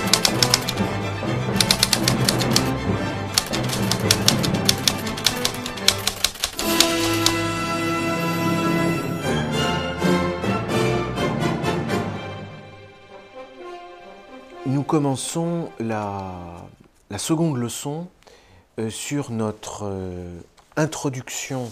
Nous commençons la seconde leçon sur notre introduction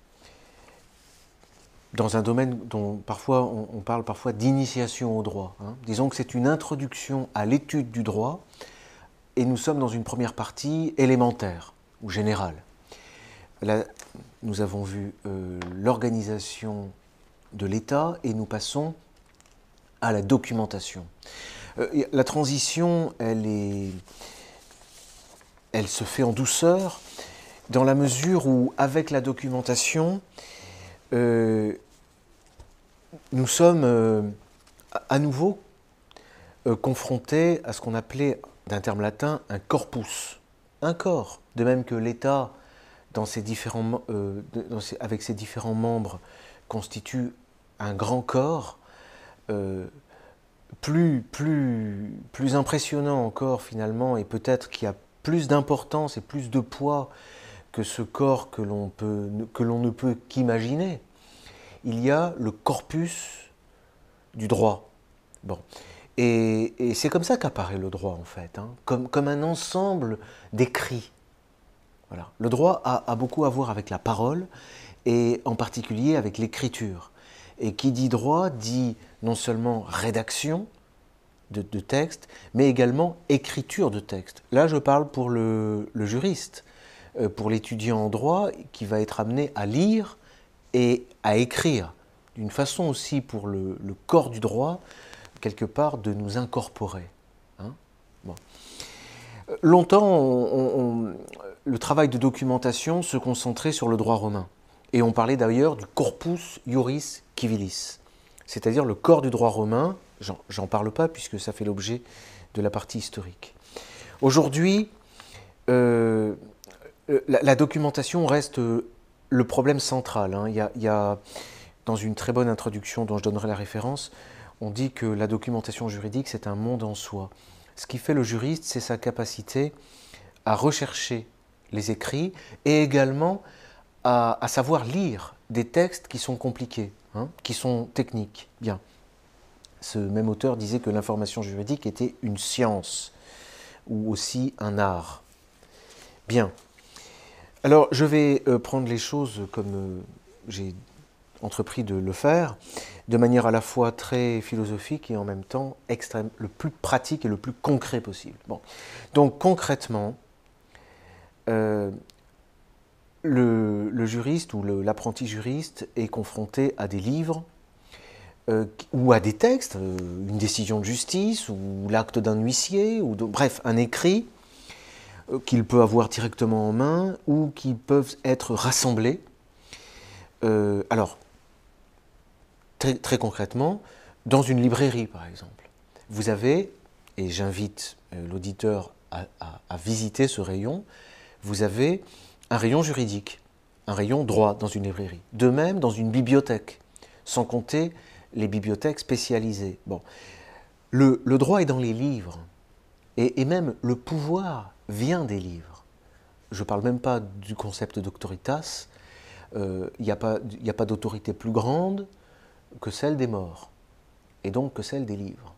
dans un domaine dont parfois on parle parfois d'initiation au droit. Disons que c'est une introduction à l'étude du droit et nous sommes dans une première partie élémentaire ou générale. Là, nous avons vu l'organisation de l'État et nous passons à la documentation. La transition, elle se fait en douceur dans la mesure où, avec la documentation, nous sommes à nouveau confrontés à ce qu'on appelait, d'un terme latin, un corpus, un corps, de même que l'État, avec ses différents membres, constitue un grand corps. Plus impressionnant encore finalement, et peut-être qui a plus d'importance et plus de poids que ce corps que l'on ne peut qu'imaginer, il y a le corpus du droit. Bon. Et c'est comme ça qu'apparaît le droit en fait, comme un ensemble d'écrits. Voilà. Le droit a beaucoup à voir avec la parole et en particulier avec l'écriture. Et qui dit droit dit non seulement rédaction de texte, mais également écriture de texte. Là, je parle pour le juriste, pour l'étudiant en droit qui va être amené à lire et à écrire. D'une façon aussi pour le corps du droit, quelque part, de nous incorporer. Bon. Longtemps, le travail de documentation se concentrait sur le droit romain. Et on parlait d'ailleurs du corpus juris civilis, c'est-à-dire le corps du droit romain. J'en parle pas puisque ça fait l'objet de la partie historique. Aujourd'hui, la documentation reste le problème central. Il y a, dans une très bonne introduction dont je donnerai la référence, on dit que la documentation juridique, c'est un monde en soi. Ce qui fait le juriste, c'est sa capacité à rechercher les écrits et également à savoir lire des textes qui sont compliqués, qui sont techniques. Bien. Ce même auteur disait que l'information juridique était une science ou aussi un art. Bien. Alors, je vais prendre les choses comme j'ai entrepris de le faire, de manière à la fois très philosophique et en même temps le plus pratique et le plus concret possible. Bon. Donc, concrètement, le juriste ou l'apprenti juriste est confronté à des livres ou à des textes, une décision de justice ou l'acte d'un huissier, bref, un écrit qu'il peut avoir directement en main ou qui peuvent être rassemblés. Alors, très concrètement, dans une librairie par exemple, vous avez, et j'invite l'auditeur à visiter ce rayon, vous avez un rayon juridique, un rayon droit dans une librairie. De même dans une bibliothèque, sans compter les bibliothèques spécialisées. Bon. Le droit est dans les livres, et même le pouvoir vient des livres. Je ne parle même pas du concept d'autoritas, il n'y a pas d'autorité plus grande que celle des morts, et donc que celle des livres.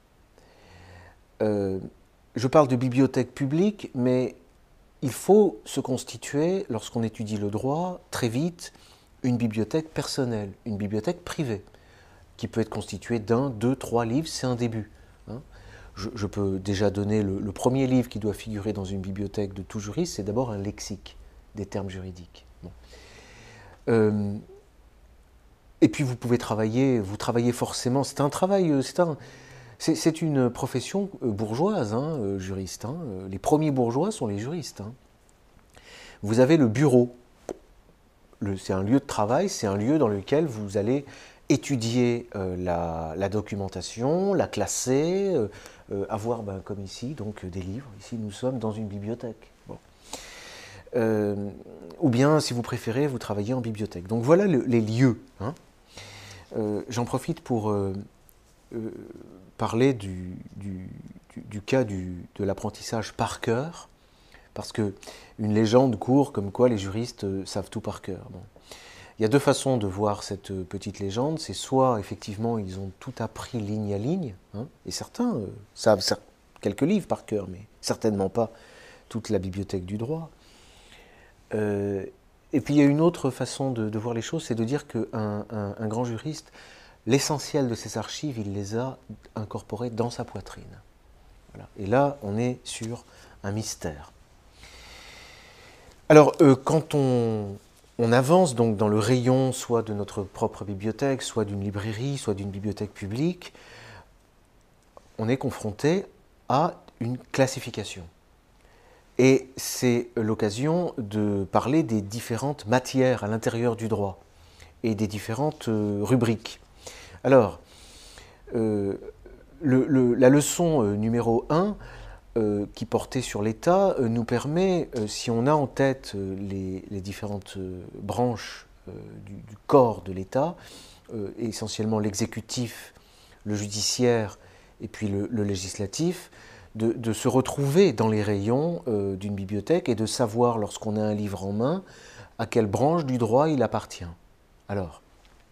Je parle de bibliothèque publique, mais il faut se constituer, lorsqu'on étudie le droit, très vite, une bibliothèque personnelle, une bibliothèque privée, qui peut être constituée d'un, deux, trois livres, c'est un début. Je peux déjà donner le premier livre qui doit figurer dans une bibliothèque de tout juriste, c'est d'abord un lexique des termes juridiques. Bon. Et puis vous pouvez travailler, vous travaillez forcément, c'est un travail, c'est une profession bourgeoise, juriste. Les premiers bourgeois sont les juristes. Vous avez le bureau, c'est un lieu de travail, c'est un lieu dans lequel vous allez étudier la documentation, la classer, avoir, comme ici, donc des livres. Ici, nous sommes dans une bibliothèque. Bon. Ou bien, si vous préférez, vous travaillez en bibliothèque. Donc voilà les lieux. J'en profite pour parler du du cas de l'apprentissage par cœur, parce qu'une légende court comme quoi les juristes savent tout par cœur. Bon. Il y a deux façons de voir cette petite légende. C'est soit, effectivement, ils ont tout appris ligne à ligne, hein, et certains savent quelques livres par cœur, mais certainement pas toute la bibliothèque du droit. Et puis il y a une autre façon de voir les choses, c'est de dire qu'un grand juriste, l'essentiel de ses archives, il les a incorporées dans sa poitrine. Voilà. Et là, on est sur un mystère. Alors, quand on avance donc dans le rayon soit de notre propre bibliothèque, soit d'une librairie, soit d'une bibliothèque publique, on est confronté à une classification. Et c'est l'occasion de parler des différentes matières à l'intérieur du droit et des différentes rubriques. Alors, la leçon numéro 1, qui portait sur l'État, nous permet, si on a en tête les différentes branches du corps de l'État, essentiellement l'exécutif, le judiciaire et puis le législatif, de se retrouver dans les rayons d'une bibliothèque et de savoir, lorsqu'on a un livre en main, à quelle branche du droit il appartient. Alors,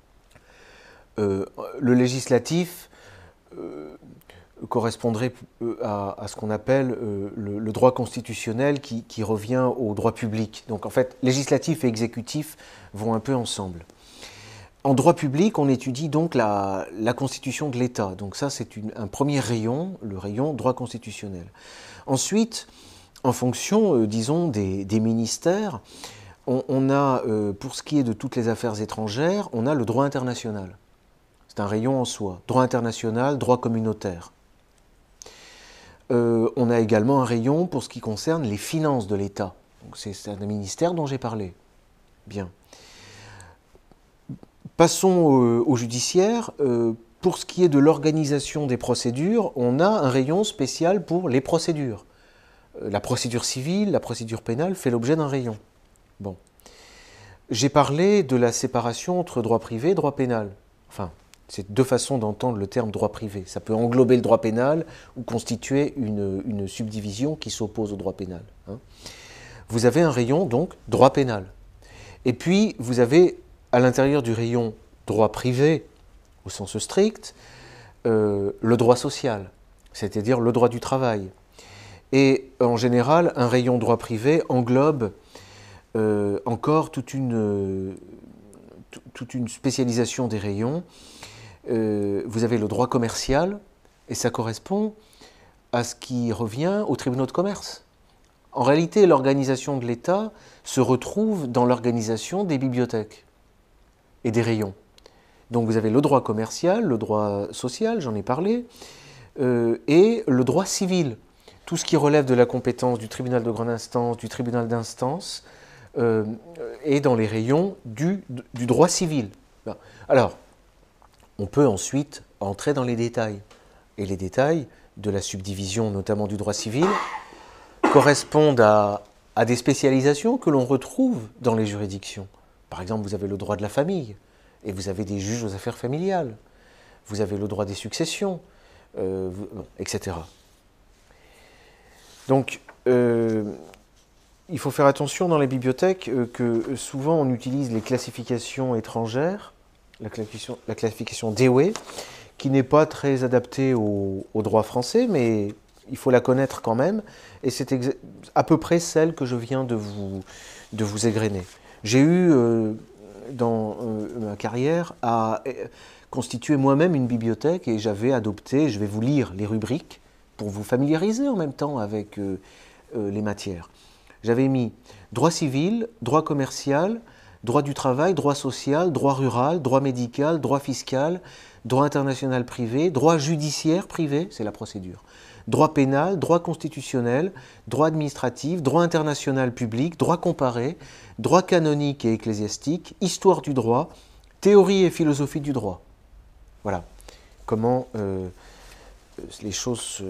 le législatif correspondrait à ce qu'on appelle le droit constitutionnel qui revient au droit public. Donc en fait, législatif et exécutif vont un peu ensemble. En droit public, on étudie donc la constitution de l'État. Donc ça, c'est un premier rayon, le rayon droit constitutionnel. Ensuite, en fonction, disons, des ministères, on a, pour ce qui est de toutes les affaires étrangères, on a le droit international. C'est un rayon en soi. Droit international, droit communautaire. On a également un rayon pour ce qui concerne les finances de l'État. C'est un ministère dont j'ai parlé. Bien. Passons au judiciaire. Pour ce qui est de l'organisation des procédures, on a un rayon spécial pour les procédures. La procédure civile, la procédure pénale fait l'objet d'un rayon. Bon. J'ai parlé de la séparation entre droit privé et droit pénal. Enfin, c'est deux façons d'entendre le terme droit privé. Ça peut englober le droit pénal ou constituer une subdivision qui s'oppose au droit pénal. Hein. Vous avez un rayon, donc, droit pénal. Et puis, vous avez, à l'intérieur du rayon droit privé, au sens strict, le droit social, c'est-à-dire le droit du travail. Et en général, un rayon droit privé englobe encore toute une spécialisation des rayons. Vous avez le droit commercial, et ça correspond à ce qui revient aux tribunaux de commerce. En réalité, l'organisation de l'État se retrouve dans l'organisation des bibliothèques et des rayons. Donc vous avez le droit commercial, le droit social, j'en ai parlé, et le droit civil. Tout ce qui relève de la compétence du tribunal de grande instance, du tribunal d'instance, est dans les rayons du droit civil. Alors, on peut ensuite entrer dans les détails. Et les détails de la subdivision, notamment du droit civil, correspondent à des spécialisations que l'on retrouve dans les juridictions. Par exemple, vous avez le droit de la famille, et vous avez des juges aux affaires familiales. Vous avez le droit des successions, etc. Donc, il faut faire attention dans les bibliothèques que souvent on utilise les classifications étrangères, la classification Dewey, qui n'est pas très adaptée au droit français, mais il faut la connaître quand même, et c'est à peu près celle que je viens de vous égrener. J'ai eu, dans ma carrière, à constituer moi-même une bibliothèque, et j'avais adopté, je vais vous lire les rubriques, pour vous familiariser en même temps avec les matières. J'avais mis droit civil, droit commercial, droit du travail, droit social, droit rural, droit médical, droit fiscal, droit international privé, droit judiciaire privé, c'est la procédure, droit pénal, droit constitutionnel, droit administratif, droit international public, droit comparé, droit canonique et ecclésiastique, histoire du droit, théorie et philosophie du droit. Voilà comment les choses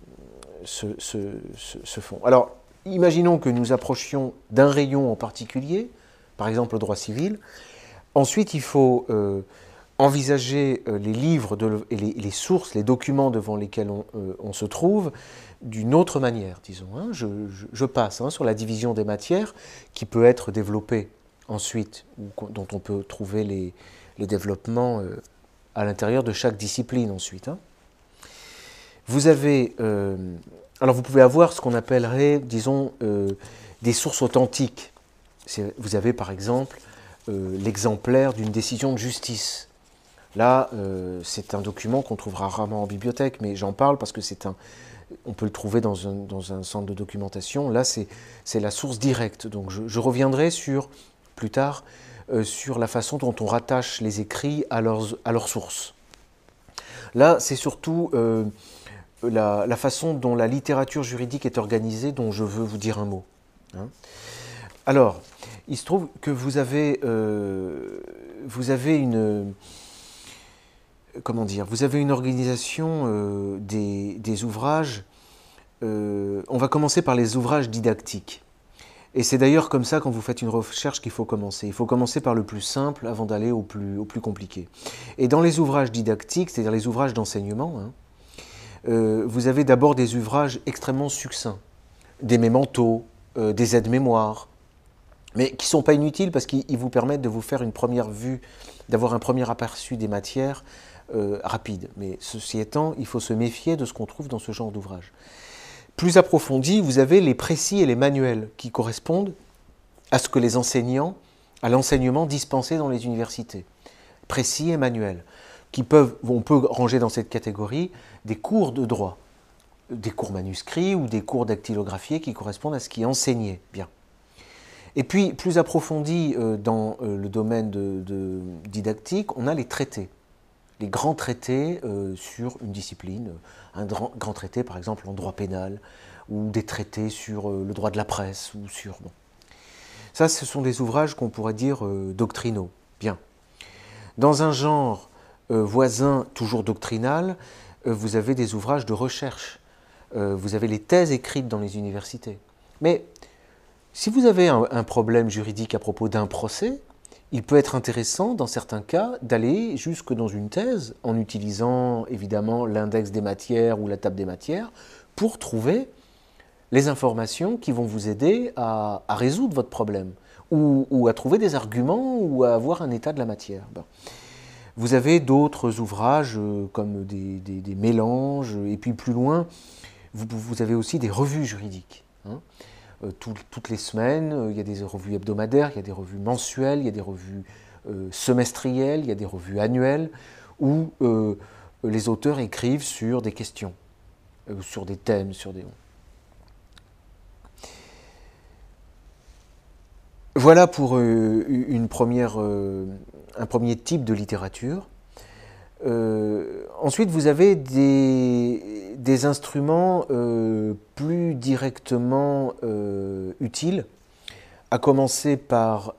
se font. Alors, imaginons que nous approchions d'un rayon en particulier, par exemple le droit civil. Ensuite, il faut envisager les livres et les sources, les documents devant lesquels on se trouve d'une autre manière, disons. Hein. Je passe sur la division des matières qui peut être développée ensuite, dont on peut trouver les développements à l'intérieur de chaque discipline ensuite. Hein. Vous avez, alors vous pouvez avoir ce qu'on appellerait, disons, des sources authentiques. Vous avez par exemple l'exemplaire d'une décision de justice. Là, c'est un document qu'on trouvera rarement en bibliothèque, mais j'en parle parce que on peut le trouver dans un centre de documentation. Là, c'est la source directe. Donc je reviendrai plus tard sur la façon dont on rattache les écrits à leurs sources. Là, c'est surtout la façon dont la littérature juridique est organisée dont je veux vous dire un mot. Hein. Alors, il se trouve que vous avez une... Comment dire? Vous avez une organisation des ouvrages. On va commencer par les ouvrages didactiques. Et c'est d'ailleurs comme ça, quand vous faites une recherche, qu'il faut commencer. Il faut commencer par le plus simple avant d'aller au plus compliqué. Et dans les ouvrages didactiques, c'est-à-dire les ouvrages d'enseignement, vous avez d'abord des ouvrages extrêmement succincts, des mémentos, des aides-mémoires, mais qui ne sont pas inutiles parce qu'ils vous permettent de vous faire une première vue, d'avoir un premier aperçu des matières rapide. Mais ceci étant, il faut se méfier de ce qu'on trouve dans ce genre d'ouvrage. Plus approfondi, vous avez les précis et les manuels qui correspondent à ce que les enseignants, à l'enseignement dispensé dans les universités. Précis et manuels, on peut ranger dans cette catégorie des cours de droit, des cours manuscrits ou des cours dactylographiés qui correspondent à ce qui est enseigné. Bien. Et puis, plus approfondi dans le domaine didactique, on a les traités. Les grands traités sur une discipline, un grand traité par exemple en droit pénal, ou des traités sur le droit de la presse, ou sur... Bon. Ça, ce sont des ouvrages qu'on pourrait dire doctrinaux. Bien. Dans un genre voisin, toujours doctrinal, vous avez des ouvrages de recherche. Vous avez les thèses écrites dans les universités. Mais si vous avez un problème juridique à propos d'un procès, il peut être intéressant, dans certains cas, d'aller jusque dans une thèse, en utilisant évidemment l'index des matières ou la table des matières, pour trouver les informations qui vont vous aider à résoudre votre problème, ou à trouver des arguments, ou à avoir un état de la matière. Bon. Vous avez d'autres ouvrages, comme des mélanges, et puis plus loin, vous avez aussi des revues juridiques. Hein. Toutes les semaines, il y a des revues hebdomadaires, il y a des revues mensuelles, il y a des revues semestrielles, il y a des revues annuelles, où les auteurs écrivent sur des questions, sur des thèmes, sur des... Voilà pour un premier type de littérature. Ensuite, vous avez des instruments plus directement utiles, à commencer par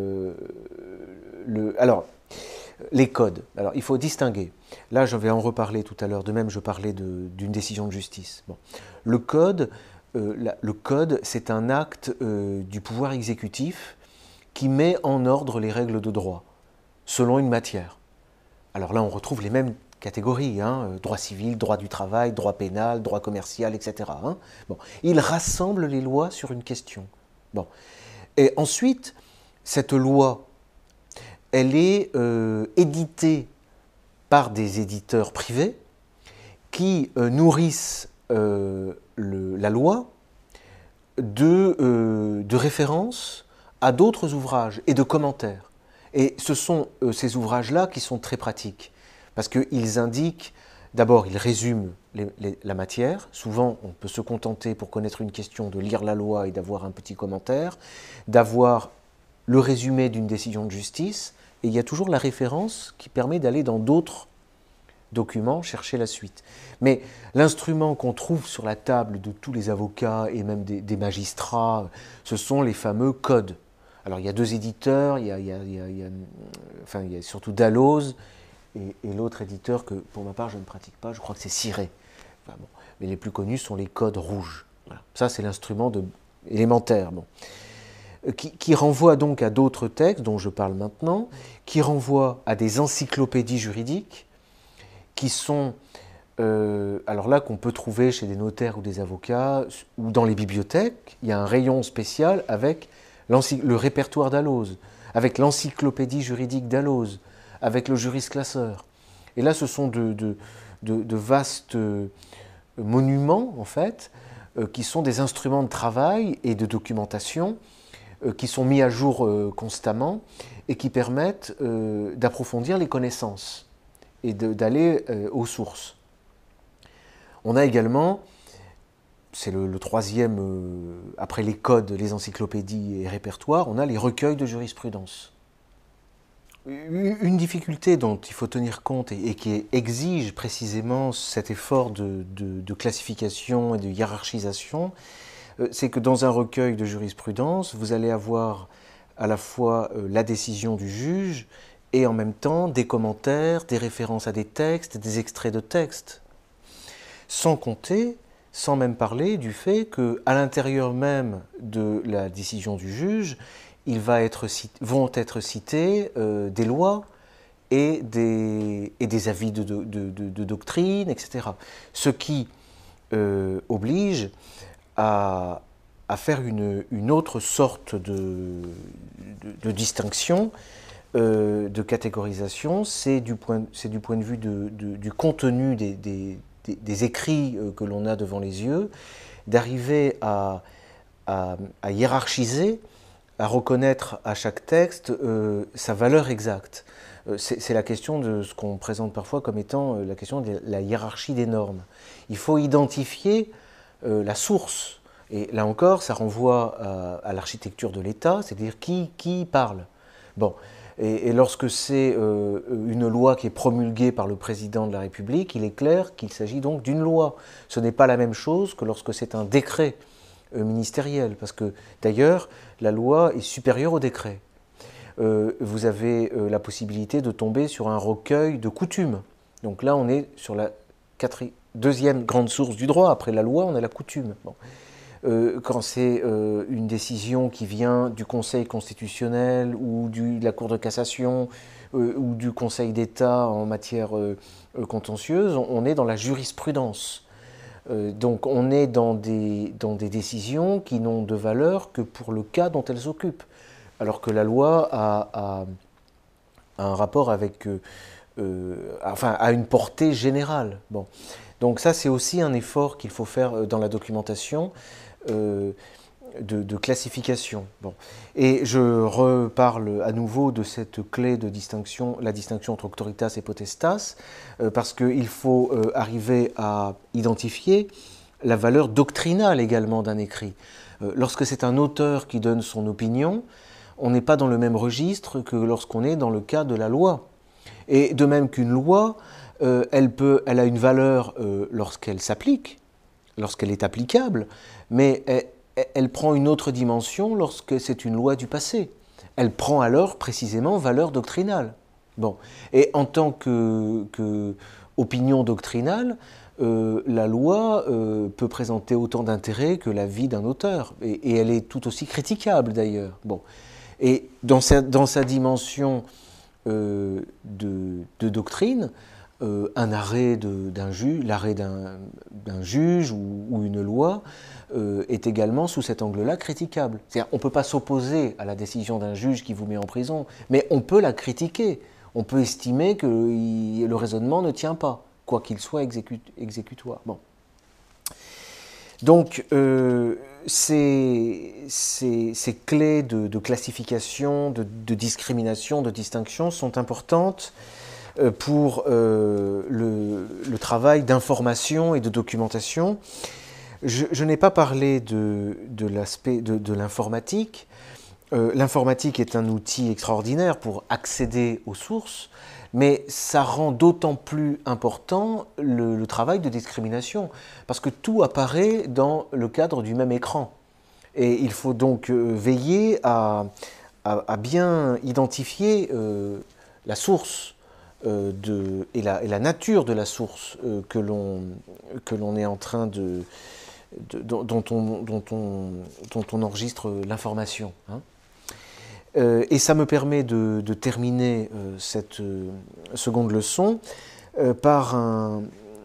les codes. Alors, il faut distinguer. Là, je vais en reparler tout à l'heure. De même, je parlais d'une décision de justice. Bon. Le code, c'est un acte du pouvoir exécutif qui met en ordre les règles de droit, selon une matière. Alors là, on retrouve les mêmes catégories, hein, droit civil, droit du travail, droit pénal, droit commercial, etc. Hein. Bon. Il rassemble les lois sur une question. Bon. Et ensuite, cette loi, elle est éditée par des éditeurs privés qui nourrissent la loi de références à d'autres ouvrages et de commentaires. Et ce sont ces ouvrages-là qui sont très pratiques, parce qu'ils indiquent, d'abord, ils résument la matière. Souvent, on peut se contenter, pour connaître une question, de lire la loi et d'avoir un petit commentaire, d'avoir le résumé d'une décision de justice, et il y a toujours la référence qui permet d'aller dans d'autres documents chercher la suite. Mais l'instrument qu'on trouve sur la table de tous les avocats et même des magistrats, ce sont les fameux codes. Alors il y a deux éditeurs, il y a surtout Dalloz et l'autre éditeur que pour ma part je ne pratique pas, je crois que c'est Ciré. Enfin, bon. Mais les plus connus sont les codes rouges. Voilà. Ça c'est l'instrument élémentaire. Bon. qui renvoie donc à d'autres textes dont je parle maintenant, qui renvoie à des encyclopédies juridiques qui sont, alors là, qu'on peut trouver chez des notaires ou des avocats ou dans les bibliothèques. Il y a un rayon spécial avec le répertoire Dalloz, avec l'encyclopédie juridique Dalloz, avec le jurisclasseur. Et là, ce sont de vastes monuments, en fait, qui sont des instruments de travail et de documentation qui sont mis à jour constamment et qui permettent d'approfondir les connaissances et d'aller aux sources. On a également, c'est le troisième, après les codes, les encyclopédies et répertoires, on a les recueils de jurisprudence. Une difficulté dont il faut tenir compte et qui exige précisément cet effort de classification et de hiérarchisation, c'est que dans un recueil de jurisprudence, vous allez avoir à la fois la décision du juge et en même temps des commentaires, des références à des textes, des extraits de textes. Sans compter, sans même parler du fait qu'à l'intérieur même de la décision du juge, vont être cités des lois et des avis de doctrine, etc. Ce qui oblige à faire une autre sorte de distinction, de catégorisation. C'est du point de vue du contenu des écrits que l'on a devant les yeux, d'arriver à hiérarchiser, à reconnaître à chaque texte sa valeur exacte. C'est la question de ce qu'on présente parfois comme étant la question de la hiérarchie des normes. Il faut identifier la source. Et là encore, ça renvoie à l'architecture de l'État, c'est-à-dire qui parle. Bon. Et lorsque c'est une loi qui est promulguée par le président de la République, il est clair qu'il s'agit donc d'une loi. Ce n'est pas la même chose que lorsque c'est un décret ministériel, parce que d'ailleurs, la loi est supérieure au décret. Vous avez la possibilité de tomber sur un recueil de coutumes. Donc là, on est sur la deuxième grande source du droit. Après la loi, on a la coutume. Bon. Quand c'est une décision qui vient du Conseil constitutionnel ou de la Cour de cassation ou du Conseil d'État en matière contentieuse, on est dans la jurisprudence. Donc on est dans des décisions qui n'ont de valeur que pour le cas dont elles s'occupent, alors que la loi a un rapport avec, a une portée générale. Bon. Donc ça, c'est aussi un effort qu'il faut faire dans la documentation de classification. Bon. Et je reparle à nouveau de cette clé de distinction, la distinction entre auctoritas et potestas, parce qu'il faut arriver à identifier la valeur doctrinale également d'un écrit. Lorsque c'est un auteur qui donne son opinion, on n'est pas dans le même registre que lorsqu'on est dans le cas de la loi. Et de même qu'une loi, elle a une valeur lorsqu'elle s'applique, lorsqu'elle est applicable, mais elle prend une autre dimension lorsque c'est une loi du passé. Elle prend alors précisément valeur doctrinale. Bon. Et en tant qu'opinion doctrinale, la loi peut présenter autant d'intérêt que la vie d'un auteur, et elle est tout aussi critiquable d'ailleurs. Bon. Et dans sa dimension de doctrine, un arrêt d'un juge, l'arrêt d'un juge ou une loi est également sous cet angle-là critiquable. C'est-à-dire, on ne peut pas s'opposer à la décision d'un juge qui vous met en prison, mais on peut la critiquer. On peut estimer que le raisonnement ne tient pas, quoi qu'il soit exécutoire. Bon. Donc, ces clés de classification, de discrimination, de distinction sont importantes pour le travail d'information et de documentation. Je n'ai pas parlé de l'aspect de l'informatique. L'informatique est un outil extraordinaire pour accéder aux sources, mais ça rend d'autant plus important le travail de discrimination, parce que tout apparaît dans le cadre du même écran. Et il faut donc veiller à bien identifier la source et la nature de la source que l'on est en train dont on enregistre l'information. Hein. Et ça me permet de terminer cette seconde leçon par un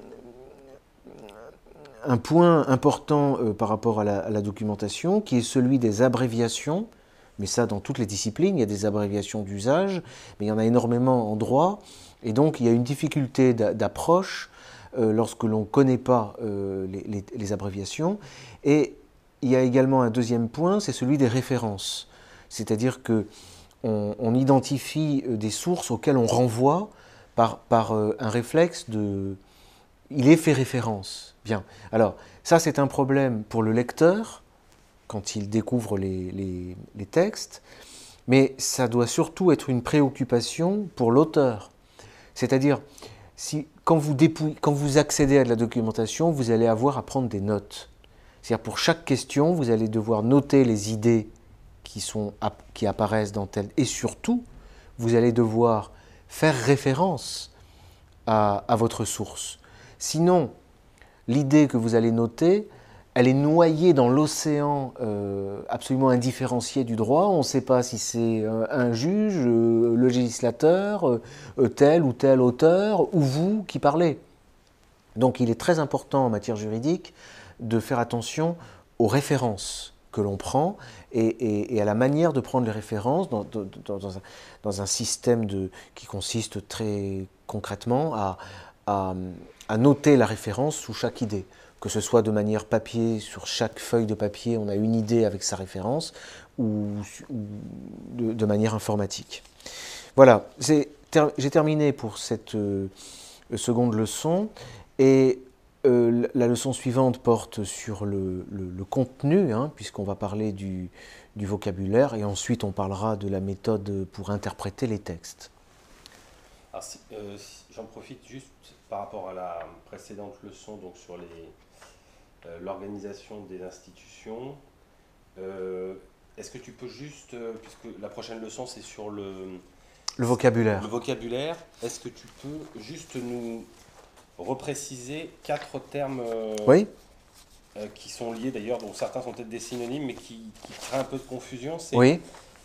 point important par rapport à la documentation, qui est celui des abréviations. Mais ça, dans toutes les disciplines, il y a des abréviations d'usage, mais il y en a énormément en droit. Et donc, il y a une difficulté d'approche lorsque l'on ne connaît pas les abréviations. Et il y a également un deuxième point, c'est celui des références. C'est-à-dire qu'on identifie des sources auxquelles on renvoie par un réflexe de « il est fait référence ». Bien. Alors, ça, c'est un problème pour le lecteur, quand il découvre les textes, mais ça doit surtout être une préoccupation pour l'auteur. C'est-à-dire, quand vous accédez à de la documentation, vous allez avoir à prendre des notes. C'est-à-dire, pour chaque question, vous allez devoir noter les idées qui apparaissent dans tel, et surtout, vous allez devoir faire référence à votre source. Sinon, l'idée que vous allez noter, elle est noyée dans l'océan absolument indifférencié du droit. On ne sait pas si c'est un juge, le législateur, tel ou tel auteur, ou vous qui parlez. Donc il est très important en matière juridique de faire attention aux références que l'on prend et à la manière de prendre les références dans un système qui consiste très concrètement à noter la référence sous chaque idée. Que ce soit de manière papier, sur chaque feuille de papier, on a une idée avec sa référence, ou de manière informatique. Voilà, j'ai terminé pour cette seconde leçon, et la leçon suivante porte sur le contenu, hein, puisqu'on va parler du vocabulaire, et ensuite on parlera de la méthode pour interpréter les textes. Alors, j'en profite juste par rapport à la précédente leçon, donc sur l'organisation des institutions. Est-ce que tu peux juste, puisque la prochaine leçon c'est sur le vocabulaire. Le vocabulaire, est-ce que tu peux juste nous repréciser 4 termes oui. Qui sont liés d'ailleurs, dont certains sont peut-être des synonymes, mais qui créent un peu de confusion. C'est oui.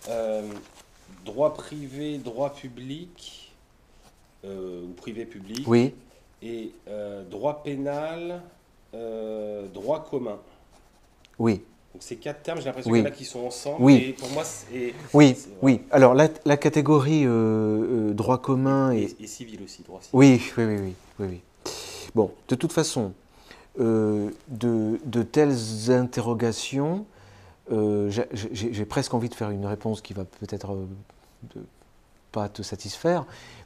Droit privé, droit public, ou privé public, oui. Et droit pénal, droit commun. Oui. Donc ces 4 termes, j'ai l'impression oui. qu'il y en a qui sont ensemble. Oui. Et pour moi, oui. Alors la catégorie droit commun et civil aussi, droit civil. Oui. Bon, de toute façon, de telles interrogations, j'ai presque envie de faire une réponse qui va peut-être pas te satisfaire,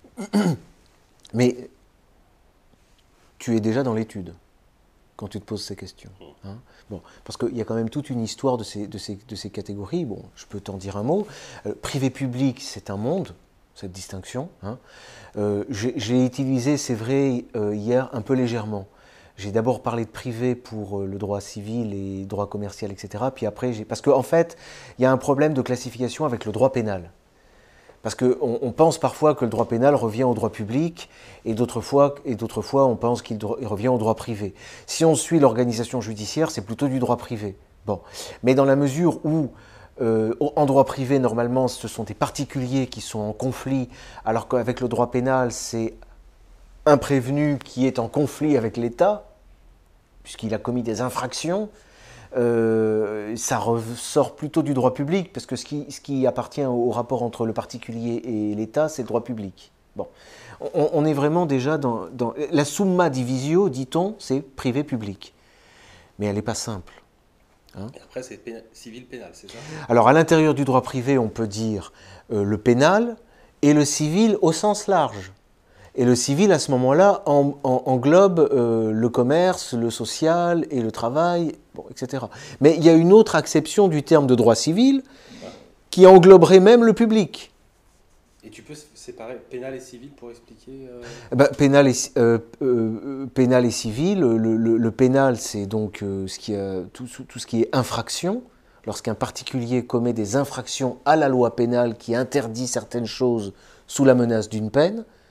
mais tu es déjà dans l'étude quand tu te poses ces questions. Hein. Bon, parce qu'il y a quand même toute une histoire de ces catégories. Bon, je peux t'en dire un mot. Privé-public, c'est un monde, cette distinction. Hein. J'ai utilisé, c'est vrai, hier un peu légèrement. J'ai d'abord parlé de privé pour le droit civil et droit commercial, etc. Puis après, parce qu'en fait, il y a un problème de classification avec le droit pénal. Parce qu'on pense parfois que le droit pénal revient au droit public et d'autres fois on pense qu'il revient au droit privé. Si on suit l'organisation judiciaire, c'est plutôt du droit privé. Bon. Mais dans la mesure où, en droit privé, normalement, ce sont des particuliers qui sont en conflit, alors qu'avec le droit pénal, c'est un prévenu qui est en conflit avec l'État, puisqu'il a commis des infractions, ça ressort plutôt du droit public, parce que ce qui appartient au rapport entre le particulier et l'État, c'est le droit public. Bon. On est vraiment déjà dans la summa divisio, dit-on, c'est privé-public. Mais elle n'est pas simple. Hein. Et après, c'est civil-pénal, c'est ça? Alors, à l'intérieur du droit privé, on peut dire le pénal et le civil au sens large. Et le civil, à ce moment-là, englobe le commerce, le social et le travail, bon, etc. Mais il y a une autre acception du terme de droit civil qui engloberait même le public. Et tu peux séparer pénal et civil pour expliquer pénal et civil. Le pénal, c'est donc tout ce qui est infraction. Lorsqu'un particulier commet des infractions à la loi pénale qui interdit certaines choses sous la menace d'une peine.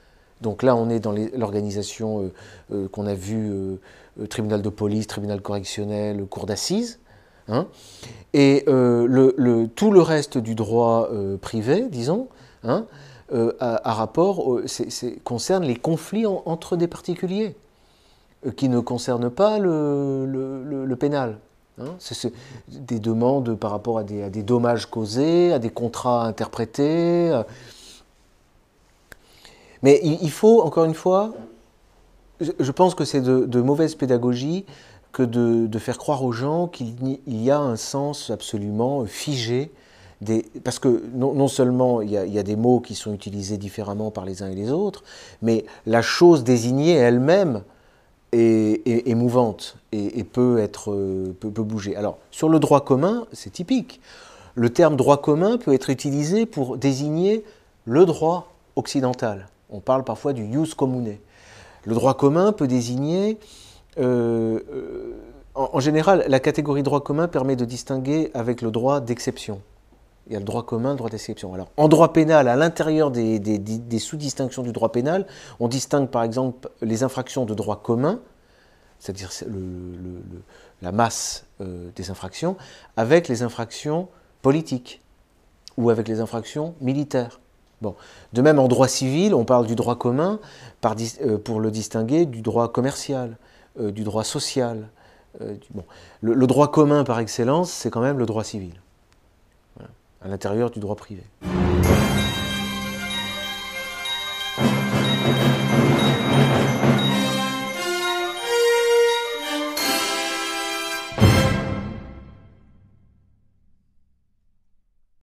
Donc là, on est dans l'organisation qu'on a vue, tribunal de police, tribunal correctionnel, cour d'assises. Hein. Et tout le reste du droit privé, disons, hein, à rapport, concerne les conflits entre des particuliers, qui ne concernent pas le pénal. Hein. C'est des demandes par rapport à des dommages causés, à des contrats interprétés. Mais il faut, encore une fois, je pense que c'est de mauvaise pédagogie que de faire croire aux gens qu'il y a un sens absolument figé. Parce que non seulement il y a des mots qui sont utilisés différemment par les uns et les autres, mais la chose désignée elle-même est mouvante et peut bouger. Alors, sur le droit commun, c'est typique. Le terme droit commun peut être utilisé pour désigner le droit occidental. On parle parfois du jus commune. Le droit commun peut désigner... en général, la catégorie droit commun permet de distinguer avec le droit d'exception. Il y a le droit commun, le droit d'exception. Alors, en droit pénal, à l'intérieur des sous-distinctions du droit pénal, on distingue par exemple les infractions de droit commun, c'est-à-dire la masse des infractions, avec les infractions politiques ou avec les infractions militaires. Bon. De même, en droit civil, on parle du droit commun pour le distinguer du droit commercial, du droit social. Bon. Le droit commun par excellence, c'est quand même le droit civil, voilà, à l'intérieur du droit privé.